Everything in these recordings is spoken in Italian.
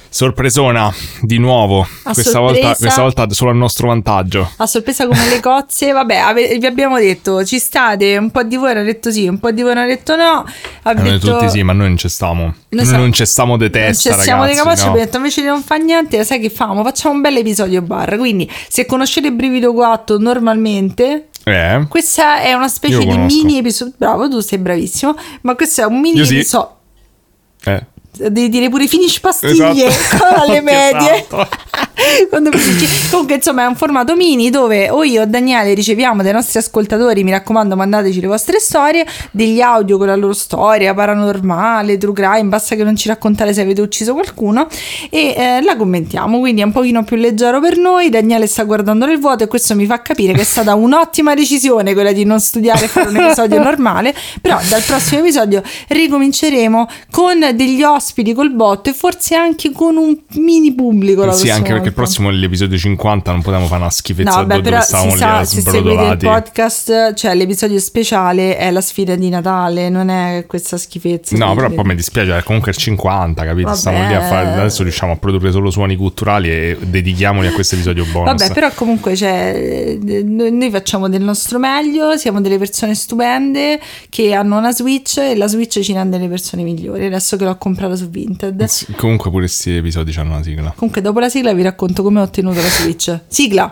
Sorpresona, di nuovo, questa volta solo a nostro vantaggio. A sorpresa come le cozze, vabbè, vi abbiamo detto, ci state, un po' di voi hanno detto sì, un po' di voi hanno detto no. Detto tutti sì, ma noi non ci stiamo. Noi non ci stiamo di testa, non ci siamo ragazzi, capaci, no. abbiamo detto invece di non fa niente, sai che facciamo un bel episodio bar, quindi se conoscete Brivido 4 normalmente... Questa è una specie di mini episodio. Bravo, tu sei bravissimo. Ma questo è un mini episodio. Devi dire pure finish pastiglie, esatto. Alle medie. Comunque insomma è un formato mini dove o io o Daniele riceviamo dai nostri ascoltatori, mi raccomando mandateci le vostre storie, degli audio con la loro storia paranormale, true crime, basta che non ci raccontate se avete ucciso qualcuno, e la commentiamo, quindi è un pochino più leggero per noi. Daniele sta guardando nel vuoto e questo mi fa capire che è stata un'ottima decisione quella di non studiare e fare un episodio normale, però dal prossimo episodio ricominceremo con degli ospiti col botto e forse anche con un mini pubblico. Sì, anche perché il prossimo è l'episodio 50, non potevamo fare una schifezza dove stavamo lì a se seguite il podcast, cioè l'episodio speciale è la sfida di Natale, non è questa schifezza. No, però poi mi dispiace, è comunque il 50, capito? Vabbè. Stiamo lì a fare, adesso riusciamo a produrre solo suoni culturali e dedichiamoli a questo episodio bonus. Vabbè, però comunque noi facciamo del nostro meglio, siamo delle persone stupende che hanno una Switch e la Switch ci rende le persone migliori, adesso che l'ho comprato su Vinted. Sì, comunque pure questi episodi hanno una sigla. Comunque dopo la sigla vi racconto come ho ottenuto la Switch. Sigla.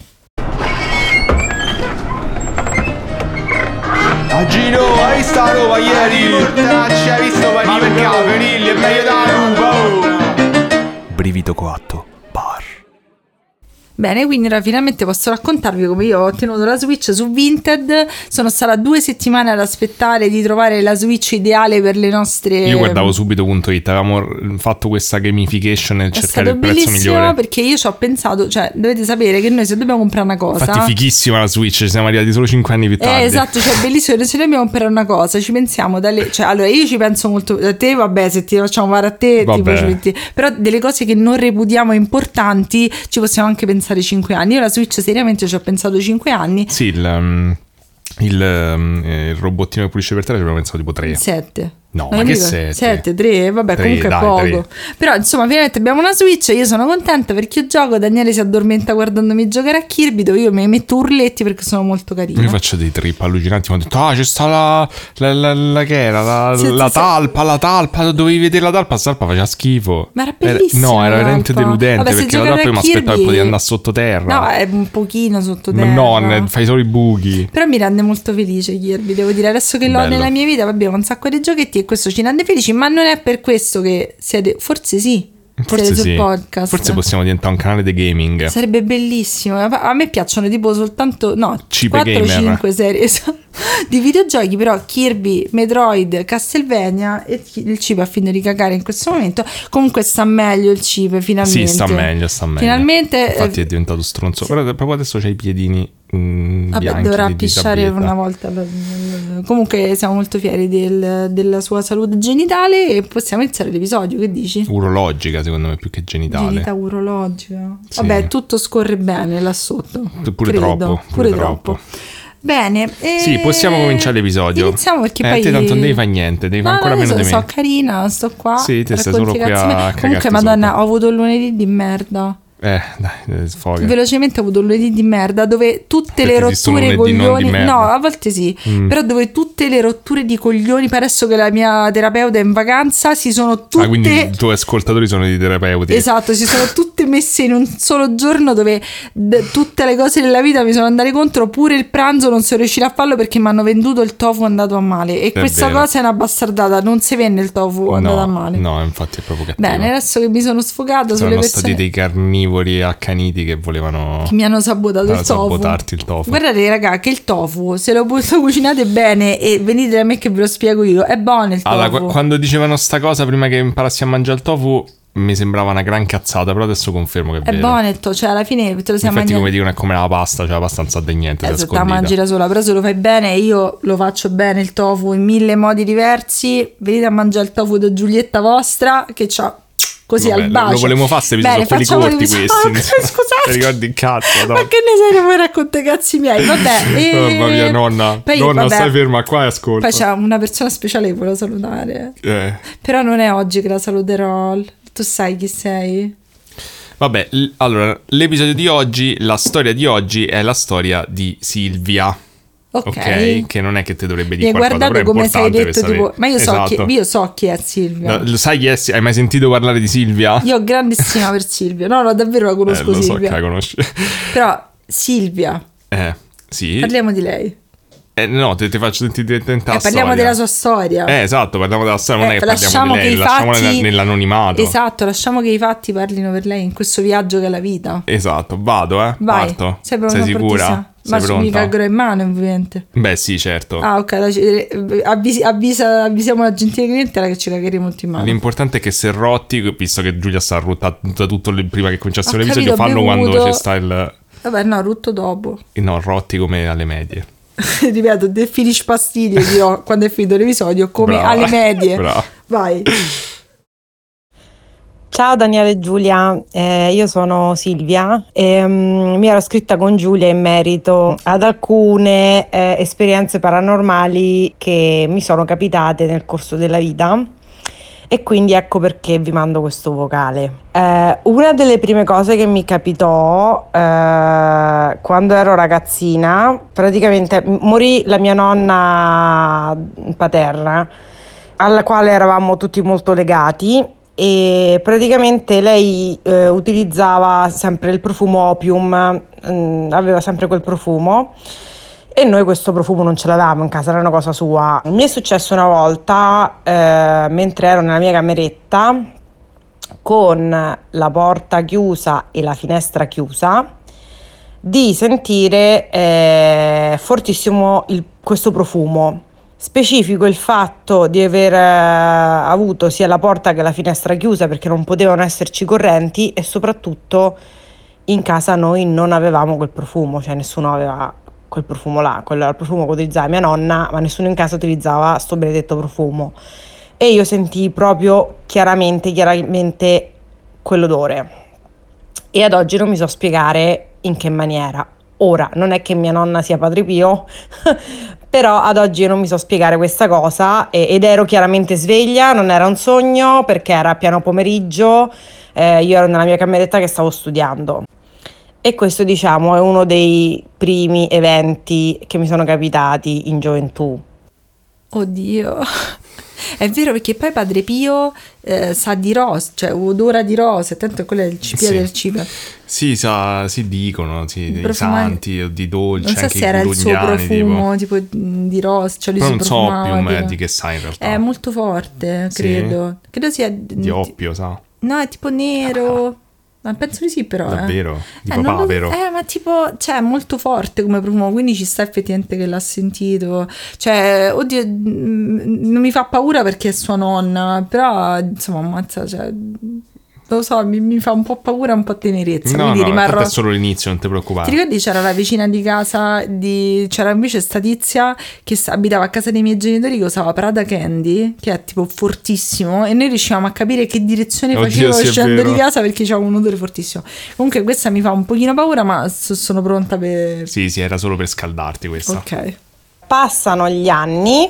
Gino, hai visto la roba ieri? Mortacci, hai visto ma perché la Ferilli è meglio da ruba. Brivido 4 bar. Bene, quindi ora finalmente posso raccontarvi come io ho ottenuto la Switch su Vinted. Sono stata 2 settimane ad aspettare di trovare la Switch ideale per le nostre... Io guardavo subito.it, avevamo fatto questa gamification e cercare il prezzo migliore. È stato bellissimo perché io ci ho pensato, cioè dovete sapere che noi se dobbiamo comprare una cosa... Infatti fighissima la Switch, ci siamo arrivati solo 5 anni più tardi. Esatto, cioè bellissimo, se dobbiamo comprare una cosa ci pensiamo cioè allora io ci penso molto a te, vabbè, se ti facciamo fare a te tipo, però delle cose che non reputiamo importanti ci possiamo anche pensare 5 anni. Io la Switch seriamente ci ho pensato 5 anni. Sì, il robottino che pulisce per terra ci abbiamo pensato tipo 3. 7. No, ma che 7? 7, 3, vabbè, 3, comunque dai, è poco. 3. Però insomma finalmente abbiamo una Switch, io sono contenta perché io gioco, Daniele si addormenta guardandomi giocare a Kirby, dove io mi metto urletti perché sono molto carina. Io faccio dei trip allucinanti, mi hanno detto c'è sta la che era la talpa, dovevi vedere la talpa, sta talpa faceva schifo. Ma era bellissima. No, era veramente deludente. Vabbè, perché la talpa io mi aspettavo che potevi andare sottoterra. No, è un pochino sottoterra. No, fai solo i buchi. Però mi rende molto felice Kirby, devo dire, adesso che l'ho nella mia vita abbiamo un sacco di giochetti e questo ci rende felici. Ma non è per questo che siete, forse sì, forse siete sì. sul podcast. Forse possiamo diventare un canale di gaming. Sarebbe bellissimo. A me piacciono tipo soltanto 4-5 serie di videogiochi, però Kirby, Metroid, Castlevania e il cibo ha finito di cagare in questo momento. Comunque sta meglio il cibo, finalmente. Sì, sta meglio. Finalmente. Infatti è diventato stronzo. Però proprio adesso c'hai i piedini bianchi. Dovrà pisciare una volta. Comunque siamo molto fieri della sua salute genitale e possiamo iniziare l'episodio. Che dici? Urologica, secondo me, più che genitale. Urologica. Sì. Vabbè, tutto scorre bene là sotto. Pure troppo. Bene, sì, possiamo cominciare l'episodio. Iniziamo perché poi te tanto non devi fare niente, devi fare ancora meno di me. Sono carina, sto qua. Sì, te stai solo qui a comunque, madonna, ho avuto un lunedì di merda. Dai, sfoga. Velocemente ho avuto un lunedì di merda dove tutte le rotture coglioni. No, a volte sì, però dove tutte le rotture di coglioni, per adesso che la mia terapeuta è in vacanza, si sono tutte. Quindi i tuoi ascoltatori sono di terapeuti. Esatto, si sono tutte messe in un solo giorno dove tutte le cose della vita mi sono andate contro, pure il pranzo non sono riuscita a farlo perché mi hanno venduto il tofu andato a male e questa cosa è una bastardata, non si vende il tofu andato a male. No, infatti è proprio cattivo. Bene, adesso che mi sono sfogata sulle persone. Sono stati dei carnivori accaniti che volevano che mi hanno sabotato il tofu. Sabotarti il tofu. Guardate raga che il tofu, se lo cucinate bene e venite da me che ve lo spiego io, è buono il tofu. Allora, quando dicevano sta cosa prima che imparassi a mangiare il tofu mi sembrava una gran cazzata, però adesso confermo che è vero. Buono il tofu, cioè alla fine te lo sai mangiare. Infatti come dicono è come la pasta, cioè abbastanza de niente, se te la mangi da sola, però se lo fai bene, io lo faccio bene il tofu in 1000 modi diversi, venite a mangiare il tofu da Giulietta vostra che c'ha così al bacio. Lo volevo fare se sono quelli corti questi. Scusate. Ti ricordi il cazzo? No? Ma che ne sai, poi racconta i cazzi miei. Vabbè. Mamma mia, nonna. Poi, nonna, stai ferma qua e ascolta. Poi c'è una persona speciale che volevo salutare. Però non è oggi che la saluterò. Tu sai chi sei? Vabbè, allora, l'episodio di oggi, la storia di oggi è la storia di Silvia. Ok, che non è che ti dovrebbe dire Mi hai qualcosa, guardato però è come sei importante detto, tipo, ma io so, Esatto. io so chi è Silvia. No, lo sai chi è? Hai mai sentito parlare di Silvia? Io ho grande stima per Silvia. No, davvero la conosco Lo so Silvia. che la conosci. Però Silvia, Sì. parliamo di lei. No, ti faccio sentire direttamente la Parliamo storia. della sua storia. Esatto, parliamo della storia, non è che parliamo lasciamo di lei, che i lasciamola fatti- nell'anonimato. Esatto, lasciamo che i fatti parlino per lei in questo viaggio che è la vita. Esatto, vado, Vai, parto. sei pronta? Sei sicura? Prontissima? Sei Ma mi pronta? cagherò in mano, ovviamente. Beh, sì, certo. Ah, ok, avvisiamo la gentile clientela che ci cagheremo tutti in mano. L'importante è che se rotti, visto che Giulia sta ruttando tutto prima che cominciasse Ho l'episodio, capito, ho fallo quando bevuto. ci sta il... Vabbè, no, rutto dopo. No, rotti come alle medie. Ripeto, definisci pastiglie dirò quando è finito l'episodio come Brava. alle medie. Brava. Vai. Ciao Daniele e Giulia, io sono Silvia e mi ero scritta con Giulia in merito ad alcune esperienze paranormali che mi sono capitate nel corso della vita e quindi ecco perché vi mando questo vocale. Una delle prime cose che mi capitò quando ero ragazzina, praticamente morì la mia nonna paterna, alla quale eravamo tutti molto legati. E praticamente lei utilizzava sempre il profumo opium, aveva sempre quel profumo e noi questo profumo non ce l'avevamo in casa, era una cosa sua. Mi è successo una volta mentre ero nella mia cameretta con la porta chiusa e la finestra chiusa di sentire fortissimo questo profumo. Specifico il fatto di aver avuto sia la porta che la finestra chiusa perché non potevano esserci correnti e soprattutto in casa noi non avevamo quel profumo, cioè nessuno aveva quel profumo là, quello era il profumo che utilizzava mia nonna, ma nessuno in casa utilizzava sto benedetto profumo e io sentii proprio chiaramente quell'odore e ad oggi non mi so spiegare in che maniera. Ora, non è che mia nonna sia Padre Pio, però ad oggi io non mi so spiegare questa cosa ed ero chiaramente sveglia, non era un sogno perché era pieno pomeriggio, io ero nella mia cameretta che stavo studiando. E questo diciamo è uno dei primi eventi che mi sono capitati in gioventù. Oddio. È vero perché poi Padre Pio sa di rose, cioè odora di rose, tanto quello è il cipiere Sì. del cibo. Sì, si dicono, sì, dei Profumare- santi o di dolci, Non so anche se i era il suo gulugnani, profumo tipo di rose, cioè lui Però si non so profumava, opium tipo. di che sa in realtà. È molto forte, Sì? credo. Credo sia Di oppio, sa? No, è tipo nero. Ma penso di sì, però. Davvero? Di non lo- papavero? ma tipo, cioè, è molto forte come profumo, quindi ci sta effettivamente che l'ha sentito. Cioè, oddio, non mi fa paura perché è sua nonna, però, insomma, ammazza, cioè, lo so, mi fa un po' paura e un po' tenerezza, No, quindi no, rimarrò... tanto è solo l'inizio, non ti Ti preoccupare. ricordi c'era la vicina di casa c'era invece sta tizia che abitava a casa dei miei genitori che usava Prada Candy, che è tipo fortissimo, e noi riuscivamo a capire che direzione Oddio, faceva sì, è uscendo vero. di casa perché c'era un odore fortissimo. Comunque questa mi fa un pochino paura, ma sono pronta per... Sì, era solo per scaldarti questa. Ok. Passano gli anni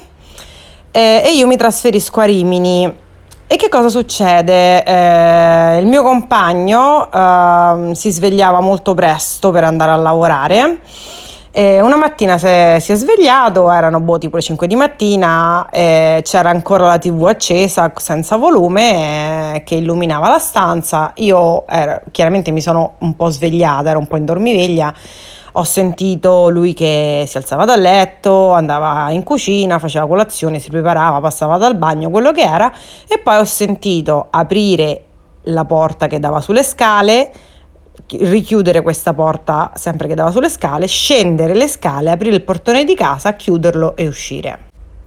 e io mi trasferisco a Rimini. E che cosa succede? Il mio compagno si svegliava molto presto per andare a lavorare. Una mattina si è svegliato, erano tipo le 5 di mattina, c'era ancora la TV accesa senza volume che illuminava la stanza. Io chiaramente mi sono un po' svegliata, ero un po' in dormiveglia. Ho sentito lui che si alzava dal letto, andava in cucina, faceva colazione, si preparava, passava dal bagno, quello che era, e poi ho sentito aprire la porta che dava sulle scale, richiudere questa porta sempre che dava sulle scale, scendere le scale, aprire il portone di casa, chiuderlo e uscire.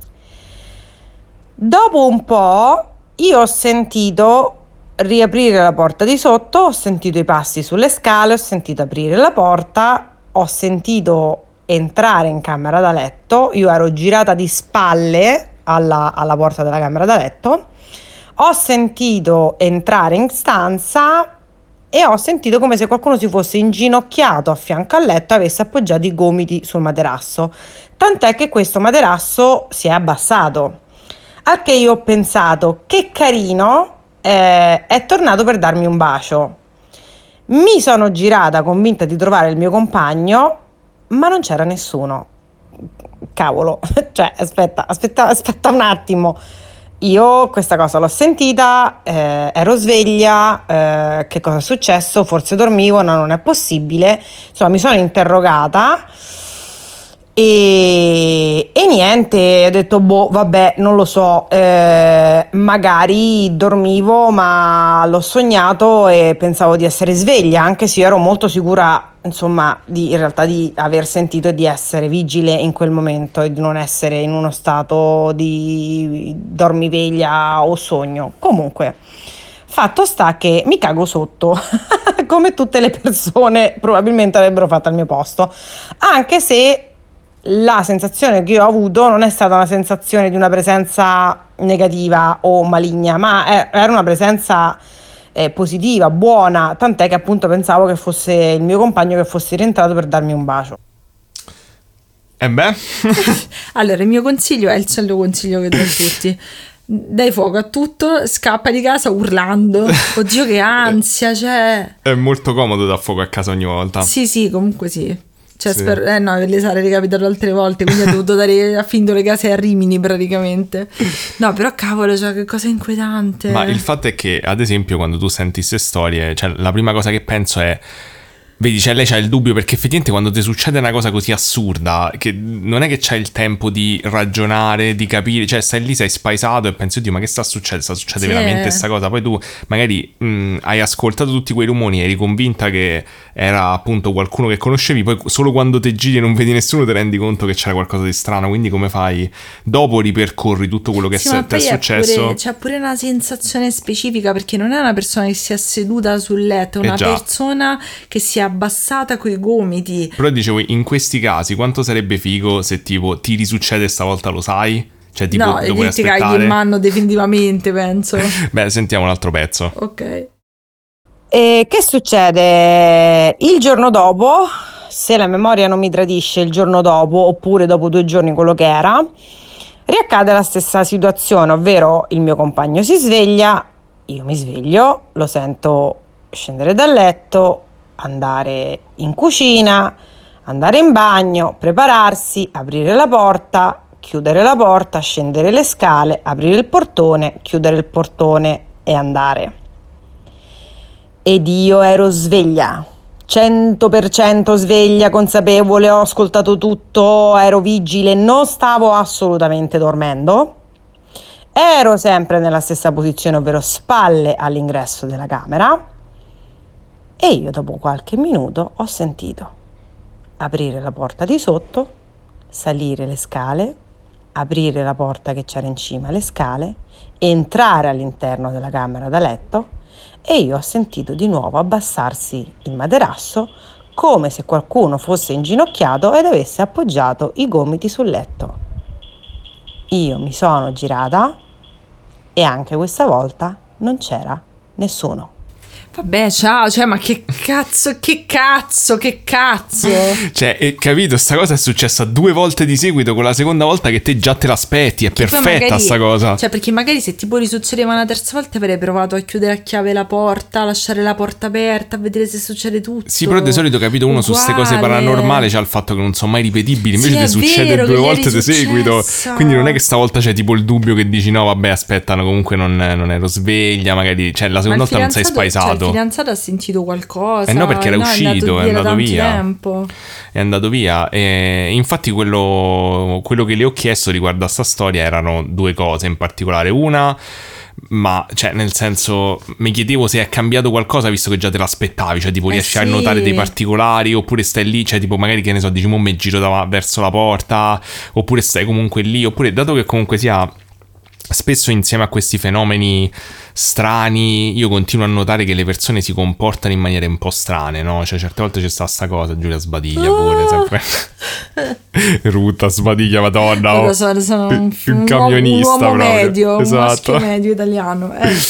Dopo un po' io ho sentito riaprire la porta di sotto, ho sentito i passi sulle scale, ho sentito aprire la porta, ho sentito entrare in camera da letto, io ero girata di spalle alla porta della camera da letto, ho sentito entrare in stanza e ho sentito come se qualcuno si fosse inginocchiato a fianco al letto e avesse appoggiato i gomiti sul materasso, tant'è che questo materasso si è abbassato, al che io ho pensato che carino è tornato per darmi un bacio. Mi sono girata convinta di trovare il mio compagno, ma non c'era nessuno. Cavolo, cioè aspetta un attimo. Io questa cosa l'ho sentita, ero sveglia, che cosa è successo? Forse dormivo, no, non è possibile. Insomma, mi sono interrogata e niente, ho detto, boh, vabbè, non lo so, magari dormivo, ma l'ho sognato e pensavo di essere sveglia, anche se io ero molto sicura, insomma, in realtà di aver sentito e di essere vigile in quel momento e di non essere in uno stato di dormiveglia o sogno. Comunque, fatto sta che mi cago sotto, come tutte le persone probabilmente avrebbero fatto al mio posto, anche se la sensazione che io ho avuto non è stata una sensazione di una presenza negativa o maligna, ma era una presenza positiva, buona, tant'è che appunto pensavo che fosse il mio compagno che fosse rientrato per darmi un bacio. E beh? Allora, il mio consiglio è il solito consiglio che do a tutti. Dai fuoco a tutto, scappa di casa urlando. Oddio che ansia, cioè. È molto comodo dar fuoco a casa ogni volta. Sì, comunque sì. Cioè, Sì. no, le sarà ricapitato altre volte, quindi ho dovuto dare affindo le case a Rimini praticamente. No, però cavolo, cioè, che cosa inquietante. Ma il fatto è che, ad esempio, quando tu senti queste storie, cioè, la prima cosa che penso è, vedi, cioè, lei c'ha il dubbio, perché effettivamente quando ti succede una cosa così assurda, che non è che c'hai il tempo di ragionare, di capire, cioè stai lì, sei spaesato e pensi, oddio, ma che sta succedendo? Sta succedendo veramente sta cosa? Poi tu magari hai ascoltato tutti quei rumori, eri convinta che era appunto qualcuno che conoscevi, poi solo quando te giri e non vedi nessuno ti rendi conto che c'era qualcosa di strano, quindi come fai? Dopo ripercorri tutto quello che Sì, ma ti è poi successo. c'è pure una sensazione specifica, perché non è una persona che si è seduta sul letto, è una già. persona che si è abbassata coi gomiti. Però dicevo, in questi casi quanto sarebbe figo se tipo ti risuccede stavolta, lo sai? Cioè tipo No, lo puoi lì ti caghi in aspettare? mano definitivamente, penso. Beh, sentiamo un altro pezzo. Ok. E che succede? Il giorno dopo, se la memoria non mi tradisce, il giorno dopo, oppure dopo 2 giorni, quello che era, riaccade la stessa situazione, ovvero il mio compagno si sveglia, io mi sveglio, lo sento scendere dal letto, andare in cucina, andare in bagno, prepararsi, aprire la porta, chiudere la porta, scendere le scale, aprire il portone, chiudere il portone e andare. Ed io ero sveglia, 100% sveglia, consapevole, ho ascoltato tutto, ero vigile, non stavo assolutamente dormendo. Ero sempre nella stessa posizione, ovvero spalle all'ingresso della camera, e io dopo qualche minuto ho sentito aprire la porta di sotto, salire le scale, aprire la porta che c'era in cima alle scale, entrare all'interno della camera da letto, e io ho sentito di nuovo abbassarsi il materasso come se qualcuno fosse inginocchiato ed avesse appoggiato i gomiti sul letto. Io mi sono girata e anche questa volta non c'era nessuno. Vabbè, ciao, cioè, ma che cazzo. Cioè, capito, sta cosa è successa 2 volte di seguito, con la seconda volta che te già te l'aspetti, è Che poi perfetta magari- sta cosa. Cioè, perché magari se tipo risuccedeva una terza volta avrei provato a chiudere a chiave la porta, a lasciare la porta aperta, a vedere se succede tutto. Sì, però di solito, capito, uno su queste cose uguale. paranormali c'ha il fatto che non sono mai ripetibili, invece Sì, ti è succede vero 2 che gli è volte di seguito, risuccessa. quindi non è che stavolta c'è tipo il dubbio che dici no vabbè aspetta, no, comunque non ero sveglia, magari, cioè la Ma seconda il volta non sei fidanzato- Cioè, il spaesato. fidanzato ha sentito qualcosa. Eh no, perché era uscito, è da andato tanto via. tempo. È andato via. E infatti quello che le ho chiesto riguardo a sta storia erano 2 cose in particolare. Una, ma cioè nel senso, mi chiedevo se è cambiato qualcosa visto che già te l'aspettavi, cioè tipo riesci a sì. notare dei particolari, oppure stai lì, cioè tipo magari che ne so, dici mo mi giro verso la porta, oppure stai comunque lì, oppure dato che comunque sia spesso insieme a questi fenomeni strani, io continuo a notare che le persone si comportano in maniere un po' strane, no? Cioè certe volte c'è sta cosa, Giulia sbadiglia pure, sempre. Rutta sbadiglia, madonna. Io sono un camionista uomo proprio. medio, Esatto. un maschio medio italiano.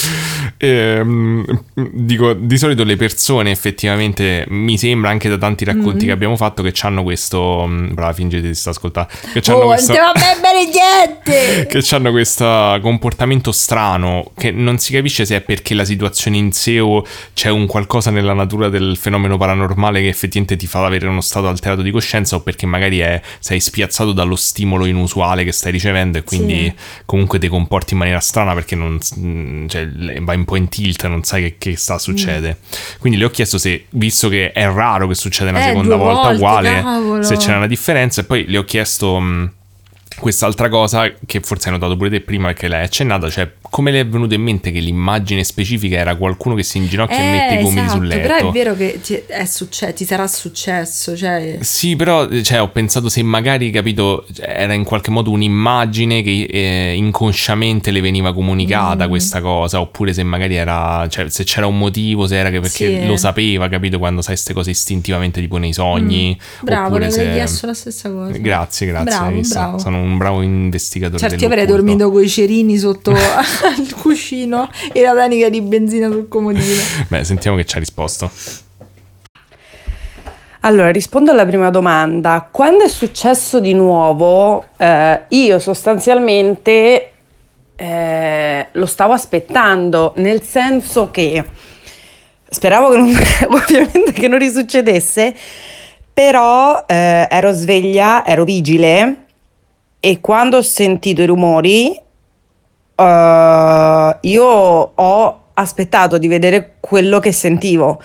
Dico, di solito le persone effettivamente, mi sembra anche da tanti racconti che abbiamo fatto, che hanno questo, brava, fingete di stare ascoltando, che hanno questo, non ti va bene niente! che hanno questo comportamento strano, che non si capisce se è perché la situazione in sé o c'è un qualcosa nella natura del fenomeno paranormale che effettivamente ti fa avere uno stato alterato di coscienza, o perché magari sei spiazzato dallo stimolo inusuale che stai ricevendo e quindi comunque ti comporti in maniera strana, perché cioè, vai un po' in tilt, non sai che sta a succede. Quindi le ho chiesto se, visto che è raro che succeda una seconda volta volte, uguale, cavolo, se c'era una differenza, e poi le ho chiesto quest'altra cosa che forse hai notato pure te prima, perché l'hai accennata, cioè come le è venuto in mente che l'immagine specifica era qualcuno che si inginocchia e mette i gomiti sul letto. Però è vero che ti sarà successo, cioè... Sì, però cioè, ho pensato se magari, capito, era in qualche modo un'immagine che inconsciamente le veniva comunicata questa cosa, oppure se magari era, cioè se c'era un motivo, se era che perché lo sapeva, capito, quando sai queste cose istintivamente tipo nei sogni. Bravo, oppure le se... avrei chiesto la stessa cosa. Grazie, Bravo. Sono un bravo investigatore. Certo, io avrei dormito coi cerini sotto al cuscino e la tanica di benzina sul comodino. Beh, sentiamo che ci ha risposto. Allora, rispondo alla prima domanda. Quando è successo di nuovo, io sostanzialmente lo stavo aspettando, nel senso che speravo che ovviamente che non risuccedesse, però ero sveglia, ero vigile, e quando ho sentito i rumori io ho aspettato di vedere quello che sentivo,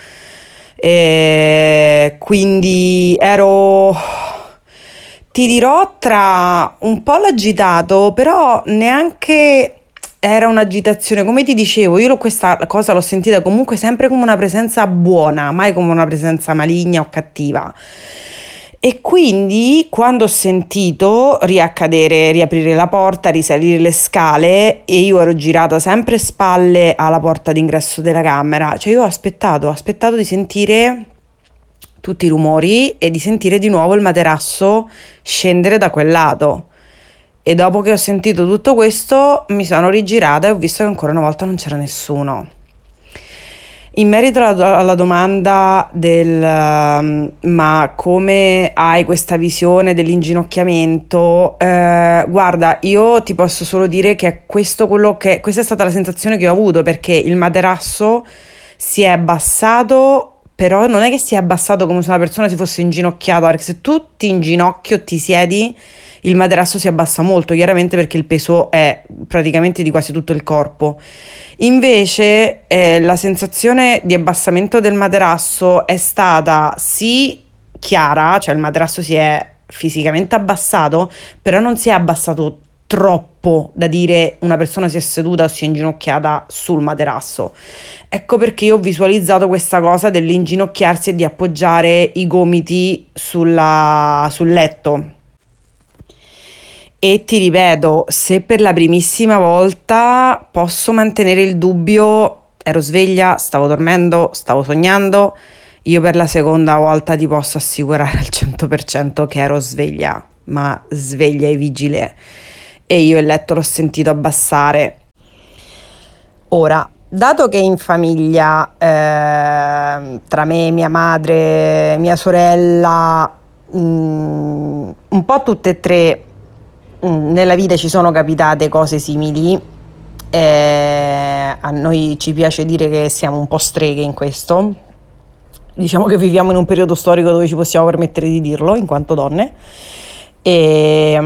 quindi ero, ti dirò, tra un po' l'agitato, però neanche era un'agitazione, come ti dicevo, io questa cosa l'ho sentita comunque sempre come una presenza buona, mai come una presenza maligna o cattiva. E quindi quando ho sentito riaprire la porta, risalire le scale, e io ero girata sempre spalle alla porta d'ingresso della camera, cioè io ho aspettato di sentire tutti i rumori e di sentire di nuovo il materasso scendere da quel lato. E dopo che ho sentito tutto questo mi sono rigirata e ho visto che ancora una volta non c'era nessuno. In merito alla domanda del ma come hai questa visione dell'inginocchiamento, guarda, io ti posso solo dire che questa è stata la sensazione che ho avuto, perché il materasso si è abbassato, però non è che si è abbassato come se una persona si fosse inginocchiata, perché se tu ti inginocchi o ti siedi, il materasso si abbassa molto, chiaramente, perché il peso è praticamente di quasi tutto il corpo. Invece la sensazione di abbassamento del materasso è stata sì chiara, cioè il materasso si è fisicamente abbassato, però non si è abbassato troppo da dire una persona si è seduta o si è inginocchiata sul materasso. Ecco perché io ho visualizzato questa cosa dell'inginocchiarsi e di appoggiare i gomiti sul letto. E ti ripeto, se per la primissima volta posso mantenere il dubbio, ero sveglia, stavo dormendo, stavo sognando, io per la seconda volta ti posso assicurare al 100% che ero sveglia, ma sveglia e vigile, e io il letto l'ho sentito abbassare. Ora, dato che in famiglia, tra me, mia madre, mia sorella, un po' tutte e tre, nella vita ci sono capitate cose simili, a noi ci piace dire che siamo un po' streghe in questo, diciamo che viviamo in un periodo storico dove ci possiamo permettere di dirlo in quanto donne, e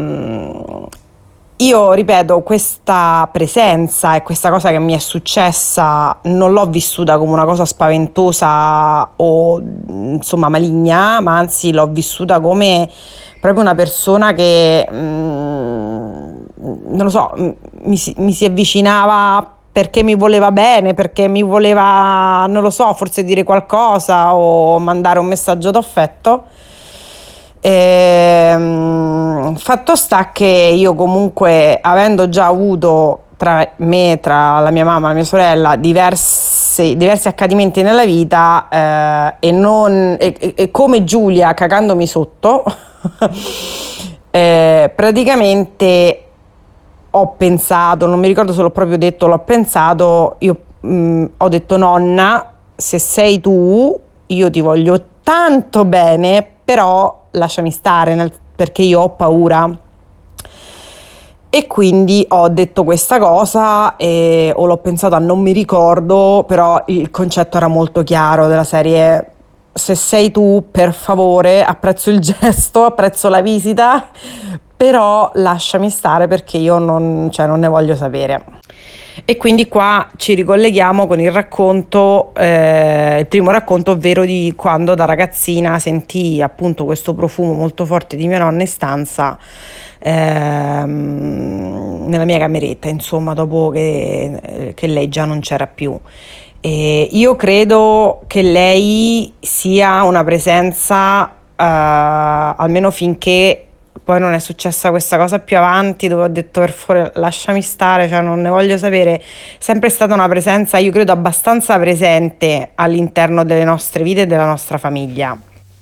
io ripeto, questa presenza e questa cosa che mi è successa non l'ho vissuta come una cosa spaventosa o insomma maligna, ma anzi l'ho vissuta come proprio una persona che, non lo so, mi si avvicinava perché mi voleva bene, perché mi voleva, non lo so, forse dire qualcosa o mandare un messaggio d'affetto. Fatto sta che io comunque, avendo già avuto tra me, tra la mia mamma e la mia sorella, diversi accadimenti nella vita, e come Giulia cagandomi sotto, praticamente ho pensato, non mi ricordo se l'ho proprio detto, l'ho pensato, io ho detto: nonna, se sei tu, io ti voglio tanto bene, però lasciami stare, perché io ho paura. E quindi ho detto questa cosa o l'ho pensata, non mi ricordo, però il concetto era molto chiaro della serie: se sei tu, per favore, apprezzo il gesto, apprezzo la visita, però lasciami stare perché io non ne voglio sapere. E quindi qua ci ricolleghiamo con il racconto, il primo racconto, ovvero di quando da ragazzina sentii appunto questo profumo molto forte di mia nonna in stanza, nella mia cameretta, insomma, dopo che lei già non c'era più. E io credo che lei sia una presenza, almeno finché poi non è successa questa cosa più avanti, dove ho detto: per favore lasciami stare, cioè non ne voglio sapere. Sempre stata una presenza, io credo, abbastanza presente all'interno delle nostre vite e della nostra famiglia.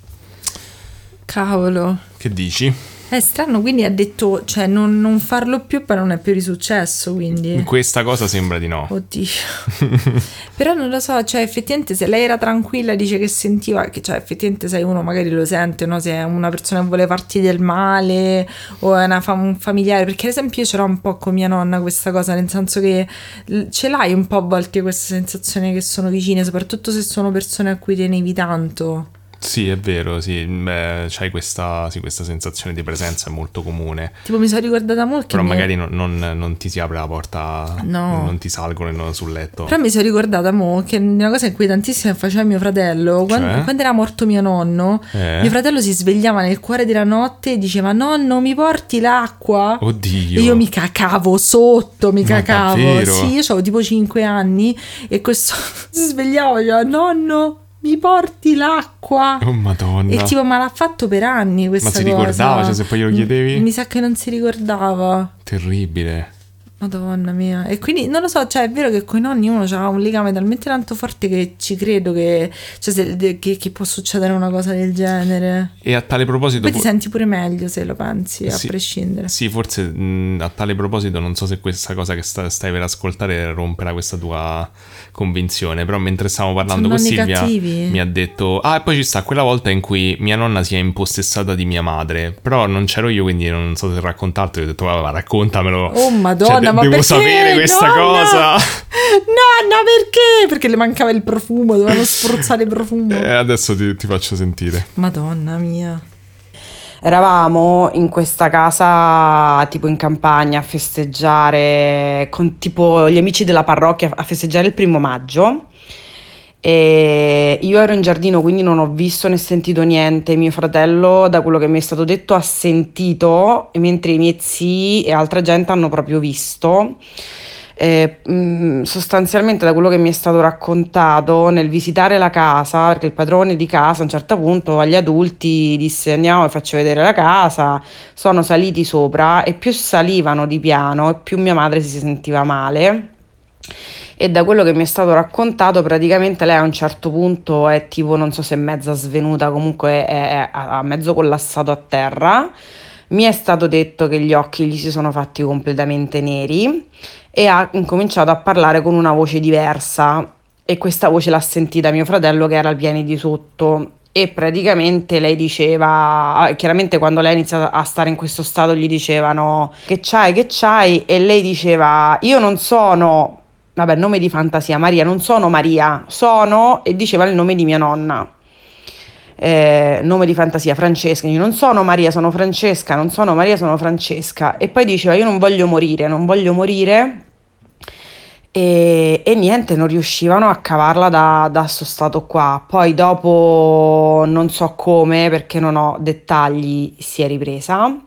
Cavolo. Che dici? È strano, quindi ha detto, cioè non farlo più, poi non è più risuccesso, quindi... Questa cosa sembra di no. Oddio. Però non lo so, cioè effettivamente se lei era tranquilla, dice che sentiva, che cioè effettivamente sai, uno magari lo sente, no? Se è una persona che vuole farti del male o è un familiare, perché ad esempio io ce l'ho un po' con mia nonna questa cosa, nel senso che ce l'hai un po' a volte questa sensazione che sono vicine, soprattutto se sono persone a cui tenevi tanto. Sì, è vero, sì. Beh, c'hai questa sensazione di presenza, è molto comune. Tipo mi sono ricordata molto però magari non ti si apre la porta, no, non ti salgono sul letto. Però mi sono ricordata che una cosa inquietantissima che faceva mio fratello, quando era morto mio nonno, mio fratello si svegliava nel cuore della notte e diceva: nonno, mi porti l'acqua? Oddio. E io mi cacavo sotto, davvero? Sì, io avevo tipo 5 anni e questo si svegliava e diceva: nonno, mi porti l'acqua? Oh madonna. E tipo, ma l'ha fatto per anni questa cosa. Ma si ricordava? Cioè, se poi glielo chiedevi? Mi sa che non si ricordava. Terribile. Madonna mia. E quindi non lo so, cioè è vero che con i nonni uno ha un legame talmente tanto forte che ci credo che, cioè, che può succedere una cosa del genere. E a tale proposito poi ti senti pure meglio se lo pensi, sì, a prescindere. Sì, forse a tale proposito non so se questa cosa che stai per ascoltare romperà questa tua convinzione, però mentre stavamo parlando con Silvia cattivi. Mi ha detto: e poi ci sta quella volta in cui mia nonna si è impossessata di mia madre, però non c'ero io, quindi non so se raccontarti. Ho detto: va, raccontamelo. Oh madonna, cioè, ma devo perché? sapere questa cosa. Nonna, perché? Perché le mancava il profumo, dovevano spruzzare il profumo. Adesso ti faccio sentire. Madonna mia. Eravamo in questa casa tipo in campagna a festeggiare con tipo gli amici della parrocchia, a festeggiare il 1° maggio. E io ero in giardino, quindi non ho visto né sentito niente. Mio fratello, da quello che mi è stato detto, ha sentito, mentre i miei zii e altra gente hanno proprio visto. Sostanzialmente, da quello che mi è stato raccontato, nel visitare la casa, perché il padrone di casa a un certo punto agli adulti disse: andiamo e faccio vedere la casa. Sono saliti sopra e più salivano di piano e più mia madre si sentiva male. E da quello che mi è stato raccontato, praticamente lei a un certo punto è tipo, non so se è mezza svenuta, comunque è a mezzo collassato a terra. Mi è stato detto che gli occhi gli si sono fatti completamente neri e ha incominciato a parlare con una voce diversa, e questa voce l'ha sentita mio fratello, che era al piano di sotto. E praticamente lei diceva, chiaramente quando lei ha iniziato a stare in questo stato gli dicevano: che c'hai? E lei diceva: io non sono, vabbè, nome di fantasia, Maria, non sono Maria, sono, e diceva il nome di mia nonna. Nome di fantasia, Francesca. Io non sono Maria, sono Francesca, non sono Maria, sono Francesca. E poi diceva: io non voglio morire. E niente, non riuscivano a cavarla da sto stato qua. Poi dopo, non so come, perché non ho dettagli, si è ripresa.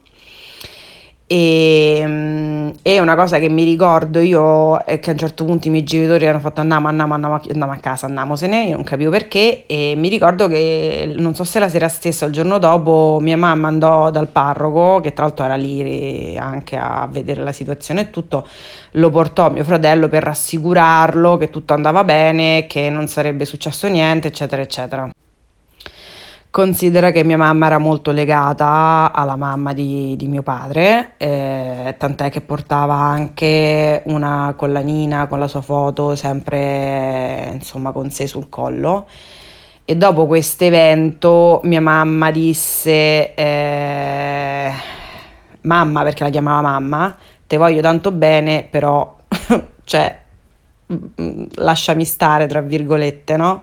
E una cosa che mi ricordo io è che a un certo punto i miei genitori hanno fatto: andiamo a casa, andiamosene. Io non capivo perché, e mi ricordo che, non so se la sera stessa o il giorno dopo, mia mamma andò dal parroco, che tra l'altro era lì anche a vedere la situazione e tutto, lo portò a mio fratello per rassicurarlo che tutto andava bene, che non sarebbe successo niente, eccetera eccetera. Considera che mia mamma era molto legata alla mamma di mio padre, tant'è che portava anche una collanina con la sua foto sempre, insomma, con sé sul collo. E dopo questo evento mia mamma disse, mamma, perché la chiamava mamma, te voglio tanto bene, però, cioè, lasciami stare, tra virgolette, no?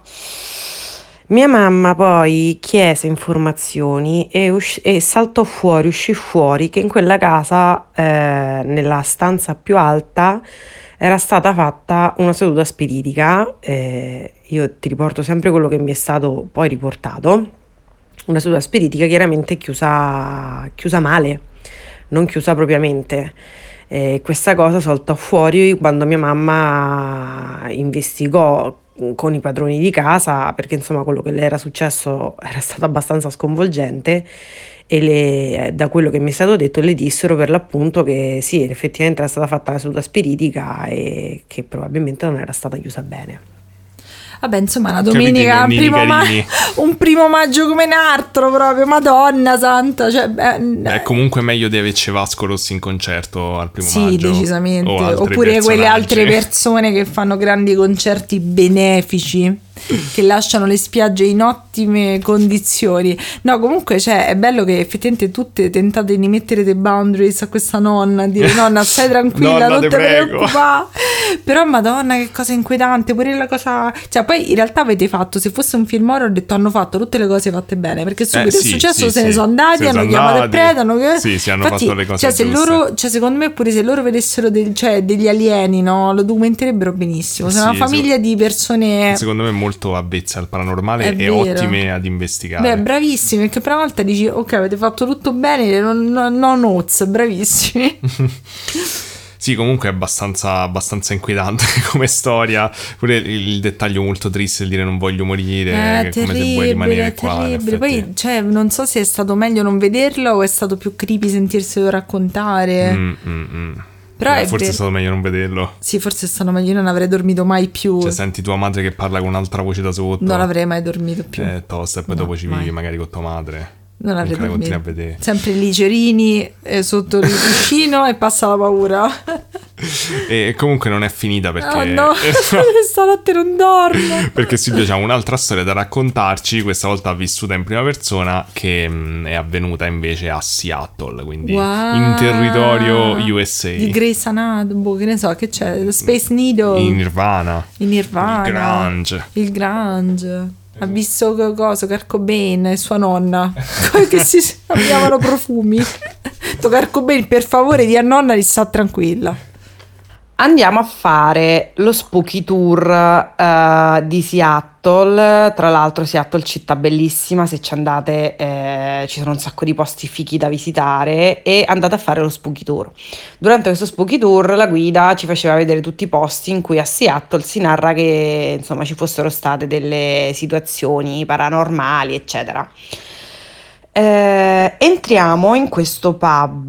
Mia mamma poi chiese informazioni e saltò fuori, uscì fuori che in quella casa, nella stanza più alta, era stata fatta una seduta spiritica. Io ti riporto sempre quello che mi è stato poi riportato. Una seduta spiritica chiaramente chiusa male, non chiusa propriamente. Questa cosa saltò fuori quando mia mamma investigò con i padroni di casa, perché insomma quello che le era successo era stato abbastanza sconvolgente, e da quello che mi è stato detto le dissero per l'appunto che sì, effettivamente era stata fatta la seduta spiritica e che probabilmente non era stata chiusa bene. Vabbè, insomma, una Capite, domenica, nonnini carini. un primo maggio come un altro, proprio, Madonna santa. Cioè, È comunque meglio di averci Vasco Rossi in concerto al primo sì, maggio. decisamente. O altri Oppure quelle personaggi. altre persone che fanno grandi concerti benefici, che lasciano le spiagge in ottime condizioni. No, comunque, cioè, è bello che effettivamente tutte tentate di mettere dei boundaries a questa nonna, dire nonna, stai tranquilla, Nonna, non te te prego. preoccupare. Però Madonna, che cosa inquietante, pure la cosa, cioè, poi in realtà avete fatto, se fosse un film horror, ho detto hanno fatto tutte le cose fatte bene, perché subito sì, è successo, sì, se ne sì. sono andati, Se ne hanno sono chiamato il andati. prete, hanno... Sì, sì, hanno Infatti, fatto le cose cioè, se giuste. loro, cioè, secondo me pure se loro vedessero degli alieni, no, lo documenterebbero benissimo. Se Sì, una famiglia di persone... Secondo me molto avvezze al paranormale È e vero. ottime ad investigare. Beh, bravissimi, perché per una volta dici, ok, avete fatto tutto bene, no notes, bravissimi. Sì, comunque è abbastanza inquietante come storia. Pure il dettaglio molto triste di dire non voglio morire, che è come se vuoi rimanere qua. in terribile. effetti. Poi, cioè, non so se è stato meglio non vederlo o è stato più creepy sentirselo raccontare. Però è Forse è vero. stato meglio non vederlo. Sì, forse è stato meglio, io non avrei dormito mai più. Cioè, senti tua madre che parla con un'altra voce da sotto. Non avrei mai dormito più. Tosta, e poi No, dopo ci mai. vivi magari con tua madre. Non avrei Comunque la dormito. continui a vedere. Sempre lì Cerini sotto il cuscino e passa la paura. E comunque non è finita perché... Oh no, stanotte non dormo. Perché Silvia c'ha un'altra storia da raccontarci, questa volta vissuta in prima persona, che è avvenuta invece a Seattle, quindi Wow. in territorio USA. Di Grey's Anatomy, boh, che ne so, che c'è? Space Needle. In Nirvana. In Nirvana. Il grunge. Il grunge. Ha visto cosa? Kurt Cobain e sua nonna che si cambiavano profumi. Kurt Cobain, per favore, di a nonna di sta tranquilla. Andiamo a fare lo Spooky Tour di Seattle. Tra l'altro Seattle città bellissima, se ci andate ci sono un sacco di posti fichi da visitare e andate a fare lo Spooky Tour. Durante questo Spooky Tour la guida ci faceva vedere tutti i posti in cui a Seattle si narra che insomma ci fossero state delle situazioni paranormali, eccetera. Entriamo in questo pub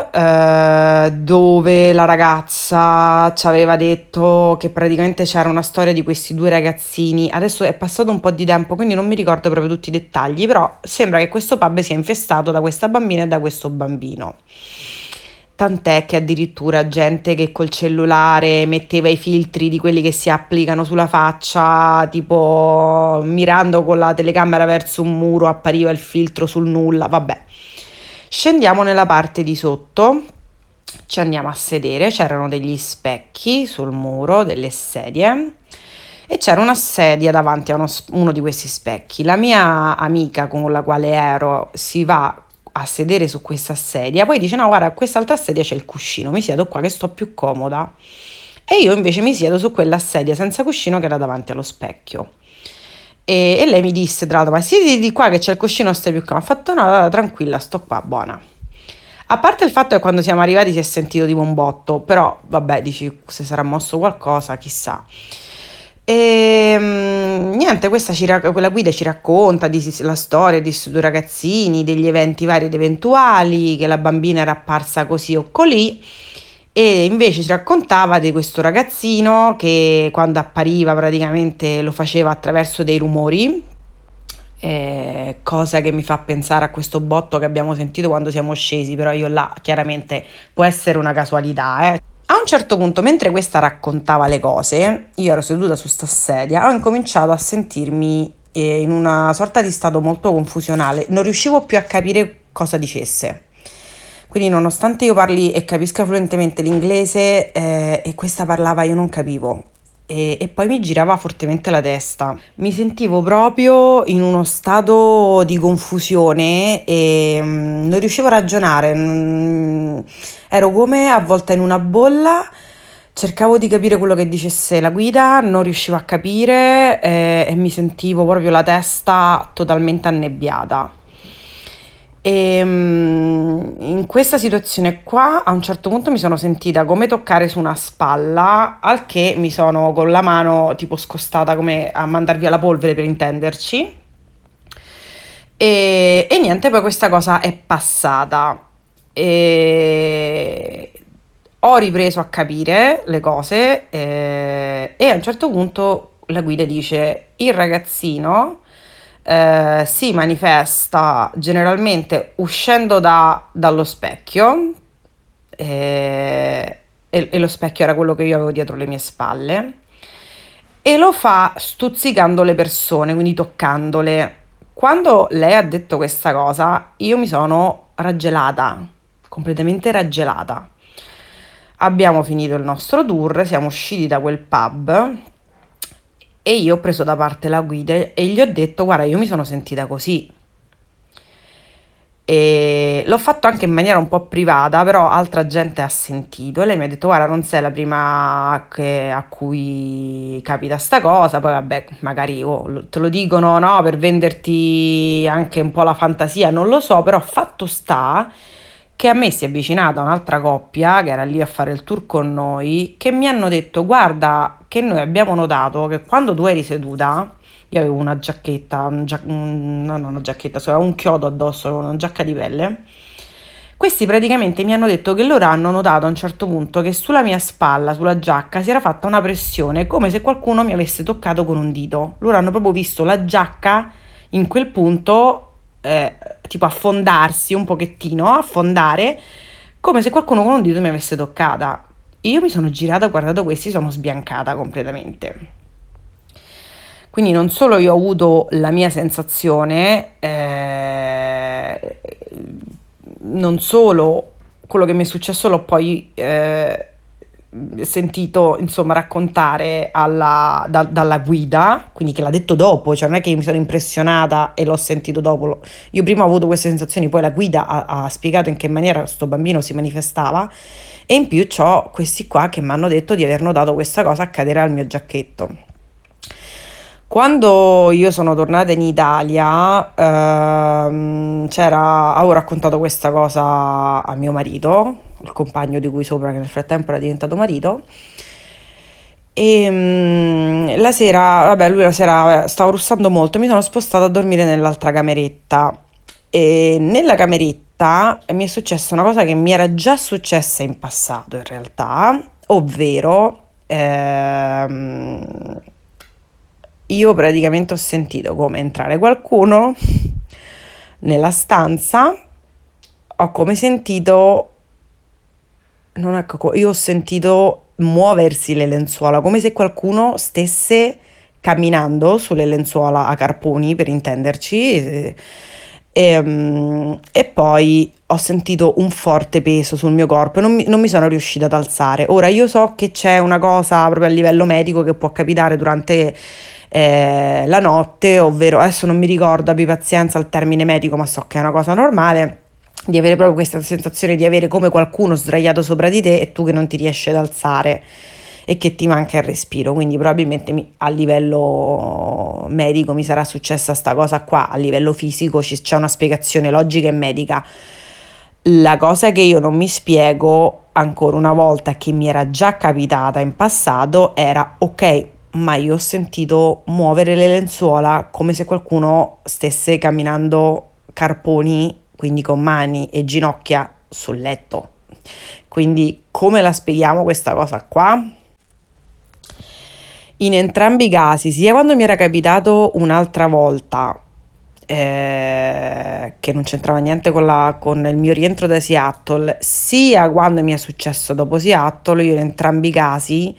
dove la ragazza ci aveva detto che praticamente c'era una storia di questi due ragazzini. Adesso è passato un po' di tempo, quindi non mi ricordo proprio tutti i dettagli, però sembra che questo pub sia infestato da questa bambina e da questo bambino. Tant'è che addirittura gente che col cellulare metteva i filtri di quelli che si applicano sulla faccia, tipo mirando con la telecamera verso un muro appariva il filtro sul nulla, vabbè. Scendiamo nella parte di sotto, ci andiamo a sedere, c'erano degli specchi sul muro, delle sedie e c'era una sedia davanti a uno di questi specchi. La mia amica con la quale ero si va a sedere su questa sedia, poi dice no guarda, a quest'altra sedia c'è il cuscino, mi siedo qua che sto più comoda, e io invece mi siedo su quella sedia senza cuscino che era davanti allo specchio e lei mi disse tra l'altro ma siedi di qua che c'è il cuscino, stai più comoda. Ho fatto no, tranquilla, sto qua, buona. A parte il fatto che quando siamo arrivati si è sentito tipo un botto, però vabbè, dici se sarà mosso qualcosa chissà. E niente, quella guida ci racconta la storia di questi due ragazzini, degli eventi vari ed eventuali, che la bambina era apparsa così o colì, e invece ci raccontava di questo ragazzino che quando appariva praticamente lo faceva attraverso dei rumori, cosa che mi fa pensare a questo botto che abbiamo sentito quando siamo scesi, però io là chiaramente può essere una casualità, eh. A un certo punto, mentre questa raccontava le cose, io ero seduta su sta sedia, ho incominciato a sentirmi in una sorta di stato molto confusionale, non riuscivo più a capire cosa dicesse. Quindi nonostante io parli e capisca fluentemente l'inglese, e questa parlava io non capivo. E poi mi girava fortemente la testa. Mi sentivo proprio in uno stato di confusione e non riuscivo a ragionare. Ero come avvolta in una bolla, cercavo di capire quello che dicesse la guida, non riuscivo a capire e mi sentivo proprio la testa totalmente annebbiata. In questa situazione qua, a un certo punto mi sono sentita come toccare su una spalla, al che mi sono con la mano tipo scostata come a mandar via la polvere per intenderci. E niente, poi questa cosa è passata. E ho ripreso a capire le cose e a un certo punto la guida dice: il ragazzino si manifesta generalmente uscendo dallo specchio, e lo specchio era quello che io avevo dietro le mie spalle, e lo fa stuzzicando le persone, quindi toccandole. Quando lei ha detto questa cosa, io mi sono raggelata, completamente raggelata. Abbiamo finito il nostro tour, siamo usciti da quel pub e io ho preso da parte la guida e gli ho detto: guarda, io mi sono sentita così. E l'ho fatto anche in maniera un po' privata, però altra gente ha sentito e lei mi ha detto: guarda, non sei la prima a cui capita sta cosa. Poi vabbè, magari te lo dicono, no, per venderti anche un po' la fantasia, non lo so, però fatto sta che a me si è avvicinata un'altra coppia che era lì a fare il tour con noi, che mi hanno detto: guarda, che noi abbiamo notato che quando tu eri seduta, io avevo una giacchetta, no, non una giacchetta, cioè un chiodo addosso, una giacca di pelle. Questi praticamente mi hanno detto che loro hanno notato a un certo punto che sulla mia spalla, sulla giacca, si era fatta una pressione come se qualcuno mi avesse toccato con un dito. Loro hanno proprio visto la giacca in quel punto, tipo affondarsi un pochettino, affondare, come se qualcuno con un dito mi avesse toccata. Io mi sono girata, ho guardato questi, sono sbiancata completamente. Quindi non solo io ho avuto la mia sensazione, non solo quello che mi è successo l'ho poi sentito insomma raccontare dalla guida, quindi che l'ha detto dopo, cioè non è che io mi sono impressionata e l'ho sentito dopo. Io prima ho avuto queste sensazioni, poi la guida ha spiegato in che maniera questo bambino si manifestava e in più c'ho questi qua che mi hanno detto di aver notato questa cosa accadere al mio giacchetto. Quando io sono tornata in Italia, avevo raccontato questa cosa a mio marito, il compagno di cui sopra, che nel frattempo era diventato marito. E la sera, vabbè, lui la sera stava russando molto, mi sono spostata a dormire nell'altra cameretta. E nella cameretta mi è successa una cosa che mi era già successa in passato, in realtà, ovvero io praticamente ho sentito come entrare qualcuno nella stanza, ho come sentito, non è io ho sentito muoversi le lenzuola, come se qualcuno stesse camminando sulle lenzuola a carponi, per intenderci, e poi ho sentito un forte peso sul mio corpo e non mi sono riuscita ad alzare. Ora io so che c'è una cosa proprio a livello medico che può capitare durante la notte, ovvero adesso non mi ricordo, abbi pazienza al termine medico, ma so che è una cosa normale di avere proprio questa sensazione di avere come qualcuno sdraiato sopra di te e tu che non ti riesci ad alzare e che ti manca il respiro. Quindi probabilmente a livello medico mi sarà successa sta cosa qua, a livello fisico c'è una spiegazione logica e medica. La cosa che io non mi spiego ancora una volta, che mi era già capitata in passato, era: ok, ma io ho sentito muovere le lenzuola come se qualcuno stesse camminando carponi, quindi con mani e ginocchia sul letto. Quindi come la spieghiamo questa cosa qua? In entrambi i casi, sia quando mi era capitato un'altra volta, che non c'entrava niente con il mio rientro da Seattle, sia quando mi è successo dopo Seattle. Io in entrambi i casi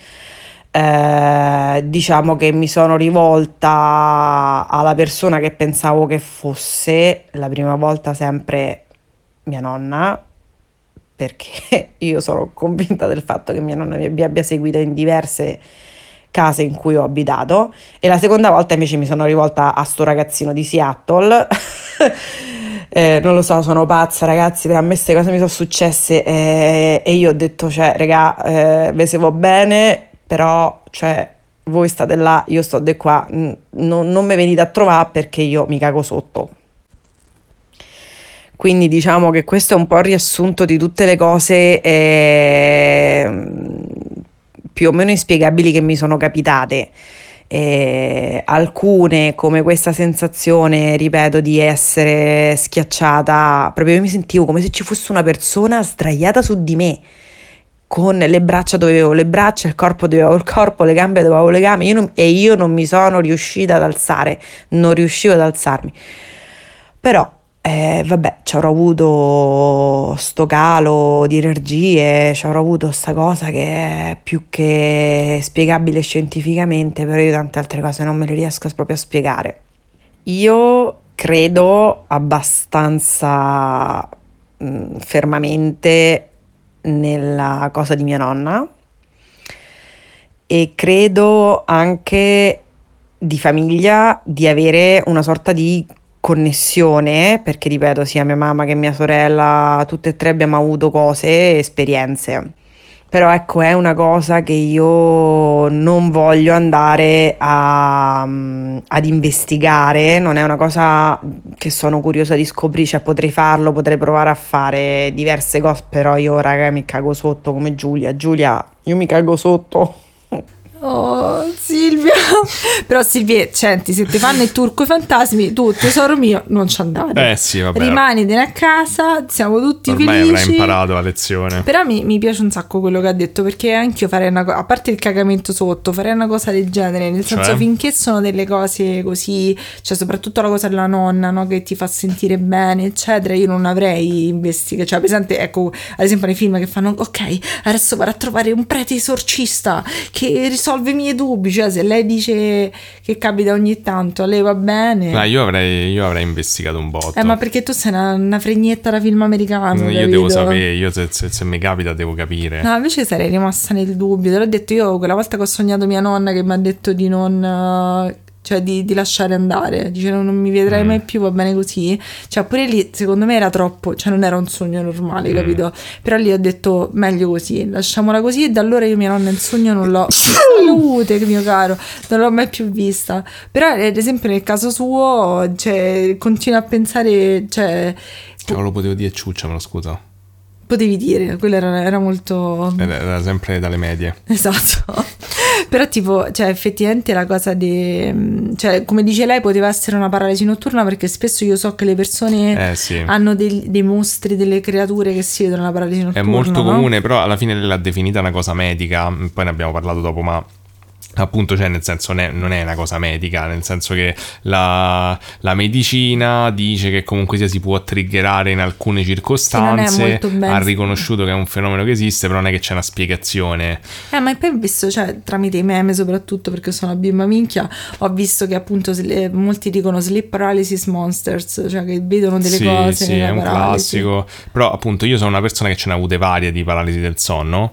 diciamo che mi sono rivolta alla persona che pensavo che fosse, la prima volta sempre mia nonna, perché io sono convinta del fatto che mia nonna mi abbia seguita in diverse case in cui ho abitato, e la seconda volta invece mi sono rivolta a sto ragazzino di Seattle. Non lo so, sono pazza, ragazzi, per a me queste cose mi sono successe, e io ho detto, cioè, regà, ve se va bene, però, cioè, voi state là, io sto di qua, non mi venite a trovare perché io mi cago sotto. Quindi diciamo che questo è un po' il riassunto di tutte le cose più o meno inspiegabili che mi sono capitate. Alcune, come questa sensazione, ripeto, di essere schiacciata, proprio io mi sentivo come se ci fosse una persona sdraiata su di me, con le braccia dove avevo le braccia, il corpo dove avevo il corpo, le gambe dove avevo le gambe, io non mi sono riuscita ad alzare, non riuscivo ad alzarmi. Però vabbè, ci avrò avuto sto calo di energie, ci avrò avuto sta cosa che è più che spiegabile scientificamente, però io tante altre cose non me le riesco proprio a spiegare. Io credo abbastanza fermamente nella cosa di mia nonna, e credo anche di famiglia, di avere una sorta di connessione, perché ripeto, sia mia mamma che mia sorella, tutte e tre abbiamo avuto cose, esperienze. Però ecco, è una cosa che io non voglio andare ad investigare, non è una cosa che sono curiosa di scoprire, cioè potrei farlo, potrei provare a fare diverse cose, però io, raga, mi cago sotto come Giulia, io mi cago sotto. Oh, Silvia. Però Silvia, senti, se ti fanno il tour coi fantasmi, tu, tesoro mio, non ci andare. Sì, vabbè. Rimanitene a casa, siamo tutti ormai felici. avrai imparato la lezione. Però mi piace un sacco quello che ha detto, perché anch'io farei una cosa, a parte il cagamento sotto, farei una cosa del genere, nel senso, finché sono delle cose così, cioè soprattutto la cosa della nonna, no, che ti fa sentire bene, eccetera, io non avrei investigato, cioè presente, ecco, ad esempio nei film che fanno, ok, adesso vado a trovare un prete esorcista che risolve i miei dubbi, cioè se lei dice che capita ogni tanto, a lei va bene. Ma io avrei investigato un botto. Ma perché tu sei una fregnetta da film americano, io capito? devo sapere, io se mi capita devo capire. No, invece sarei rimasta nel dubbio, te l'ho detto io quella volta che ho sognato mia nonna che mi ha detto di non... cioè di lasciare andare, dice non mi vedrai mai più, va bene così, cioè pure lì secondo me era troppo, cioè non era un sogno normale, capito? Però lì ho detto meglio così, lasciamola così, e da allora io mia nonna in sogno non l'ho salute mio caro, non l'ho mai più vista. Però ad esempio nel caso suo, cioè continuo a pensare, cioè lo potevo dire ciuccia, me lo scusa. Potevi dire, quello era molto... Era sempre dalle medie. Esatto. Però tipo, cioè effettivamente la cosa di... cioè come dice lei, poteva essere una paralisi notturna, perché spesso io so che le persone hanno dei mostri, delle creature che si vedono la paralisi notturna. È molto no? comune, però alla fine l'ha definita una cosa medica, poi ne abbiamo parlato dopo, ma... appunto, cioè nel senso non è una cosa medica, nel senso che la medicina dice che comunque sia si può triggerare in alcune circostanze, ha riconosciuto che è un fenomeno che esiste, però non è che c'è una spiegazione. Ma poi ho visto, cioè tramite i meme soprattutto, perché sono una bimba minchia, ho visto che appunto molti dicono sleep paralysis monsters, cioè che vedono delle cose. Sì, è un classico, però appunto io sono una persona che ce ne ha avute varie di paralisi del sonno,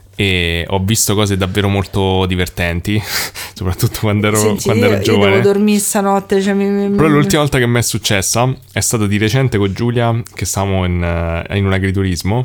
e ho visto cose davvero molto divertenti, soprattutto quando ero giovane. Io devo dormire stanotte, cioè Però l'ultima volta che mi è successa è stato di recente con Giulia, che stavamo in un agriturismo,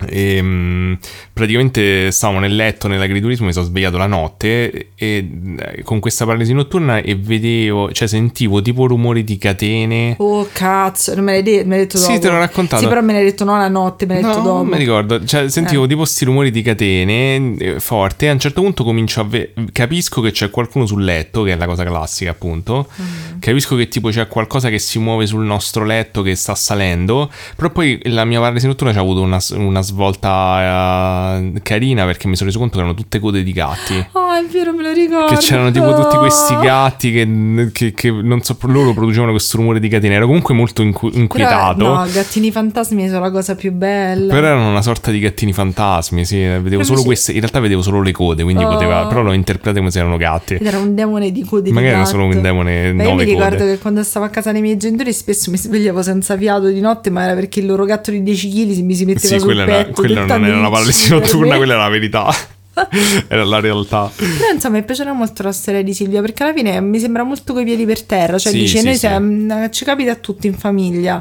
e praticamente stavamo nel letto nell'agriturismo, mi sono svegliato la notte e con questa paralisi notturna, e vedevo, cioè sentivo tipo rumori di catene. Oh cazzo, non me l'hai detto dopo. Sì, te l'ho raccontato. Sì, però me l'hai detto no la notte, me l'hai detto dopo. Non mi ricordo, cioè sentivo tipo sti rumori di catene forte, e a un certo punto comincio capisco che c'è qualcuno sul letto, che è la cosa classica appunto. Capisco che tipo c'è qualcosa che si muove sul nostro letto, che sta salendo, però poi la mia paralisi notturna c'ha avuto una svolta carina, perché mi sono reso conto che erano tutte code di gatti. Oh, è vero, me lo ricordo. Che c'erano tipo tutti questi gatti che non so, loro producevano questo rumore di catene. Ero comunque molto inquietato. Però, no, gattini fantasmi sono la cosa più bella. Però erano una sorta di gattini fantasmi, sì. Vedevo solo queste. In realtà vedevo solo le code, quindi poteva. Però l'ho interpretato come se erano gatti. Ed era un demone di code. Magari di era gatto. solo un demone 9 code. Io mi ricordo che quando stavo a casa dei miei genitori spesso mi svegliavo senza fiato di notte, ma era perché il loro gatto di 10 kg mi si metteva sul petto. Quella non era una paralisi notturna, quella era la verità. Era la realtà. Però insomma mi piaceva molto la storia di Silvia, perché alla fine mi sembra molto coi piedi per terra. Cioè Sì, dice sì, noi ci capita a tutti in famiglia.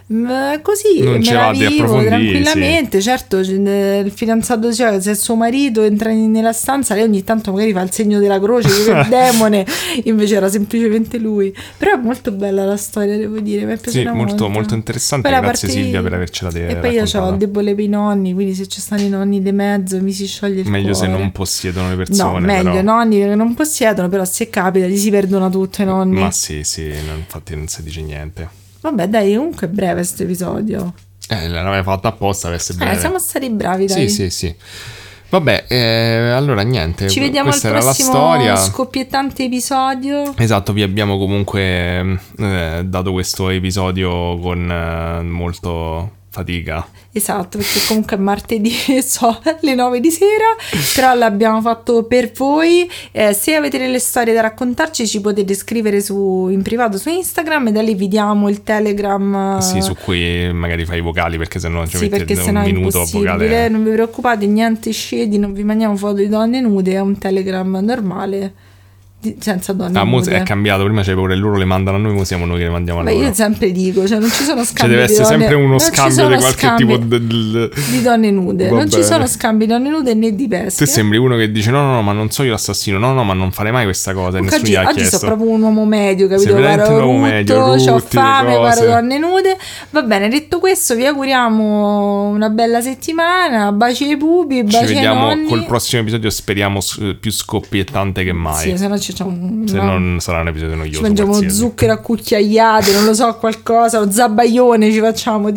Così Non me ce la l'ha di vivo approfondire, tranquillamente. Certo, il fidanzato diceva che se suo marito entra nella stanza, lei ogni tanto magari fa il segno della croce, che è il demone, invece era semplicemente lui. Però è molto bella la storia, devo dire, mi è piaciuta molto, molto interessante. Poi Grazie Silvia per avercela E poi io ho il debole per i nonni, quindi se ci stanno i nonni di mezzo mi si scioglie il meglio cuore. se non possiedono le persone. No, meglio però. nonni che non possiedono, però se capita gli si perdono tutto i nonni. Ma sì, infatti non si dice niente. Vabbè, dai, comunque è breve questo episodio. L'aveva fatta apposta per essere breve. Siamo stati bravi, dai. Sì. Vabbè, allora niente. Ci vediamo questa al era la prossimo storia. scoppiettante episodio. Esatto, vi abbiamo comunque dato questo episodio con molto fatica. Esatto, perché comunque è martedì, alle 9 di sera, però l'abbiamo fatto per voi. Se avete delle storie da raccontarci ci potete scrivere in privato su Instagram, e da lì vi diamo il Telegram. Sì, su cui magari fai i vocali, perché sennò ci mettete perché un sennò è minuto impossibile. vocale. Non vi preoccupate, niente scedi, non vi mandiamo foto di donne nude, è un Telegram normale. Senza donne nude. È cambiato, prima c'è pure loro le mandano a noi, ora siamo noi che le mandiamo a loro. Io sempre dico, cioè non ci sono scambi deve essere di donne, sempre uno non scambio di qualche tipo di donne nude. Va non ci bene. sono scambi di donne nude né di pesche. Te sembri uno che dice no, ma non so io l'assassino, no, ma non fare mai questa cosa. E nessuno gli ha Oggi chiesto. sono proprio un uomo medio, capito? Sei veramente un uomo medio, ho rutti, fame, cose. paro donne nude. Va bene, detto questo, vi auguriamo una bella settimana. Baci ai pupi, Ci baci ai vediamo nonni. col prossimo episodio, speriamo più scoppiettante che mai. Sì, se no ci Se non sarà un episodio noioso. ci mangiamo qualsiasi. zucchero a cucchiaiate, non lo so, qualcosa, lo zabaione ci facciamo,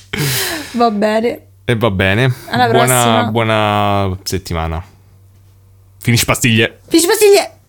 va bene. E va bene. Alla prossima. Buona settimana. Finisci pastiglie. Fici pastiglie!